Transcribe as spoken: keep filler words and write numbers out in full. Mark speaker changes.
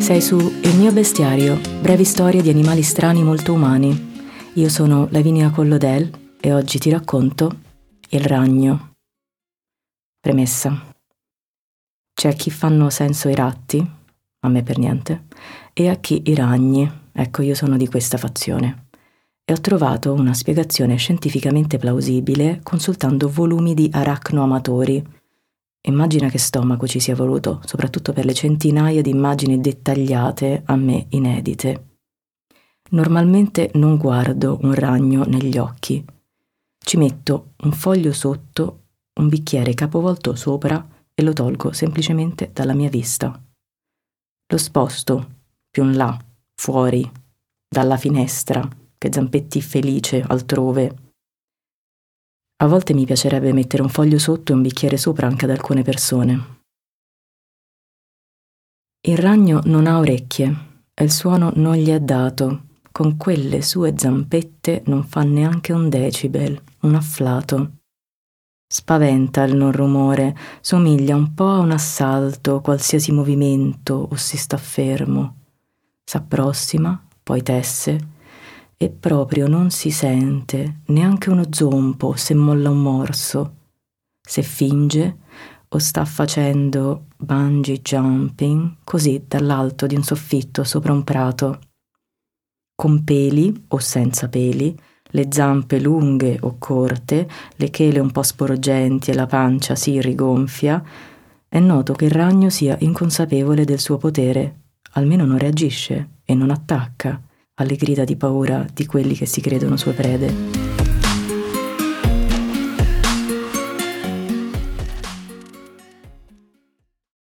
Speaker 1: Sei su Il mio bestiario, brevi storie di animali strani molto umani. Io sono Lavinia Collodel e oggi ti racconto il ragno. Premessa. C'è a chi fanno senso i ratti, a me per niente, e a chi i ragni. Ecco, io sono di questa fazione. E ho trovato una spiegazione scientificamente plausibile consultando volumi di aracnoamatori. Immagina che stomaco ci sia voluto, soprattutto per le centinaia di immagini dettagliate a me inedite. Normalmente non guardo un ragno negli occhi. Ci metto un foglio sotto, un bicchiere capovolto sopra e lo tolgo semplicemente dalla mia vista. Lo sposto più in là, fuori, dalla finestra, che Zampetti felice altrove. A volte mi piacerebbe mettere un foglio sotto e un bicchiere sopra anche ad alcune persone. Il ragno non ha orecchie e il suono non gli è dato. Con quelle sue zampette non fa neanche un decibel, un afflato. Spaventa il non rumore, somiglia un po' a un assalto, qualsiasi movimento o si sta fermo. S'approssima, poi tesse, e proprio non si sente neanche uno zompo se molla un morso, se finge o sta facendo bungee jumping così dall'alto di un soffitto sopra un prato. Con peli o senza peli, le zampe lunghe o corte, le chele un po' sporgenti e la pancia si rigonfia, è noto che il ragno sia inconsapevole del suo potere, almeno non reagisce e non attacca alle grida di paura di quelli che si credono sue prede.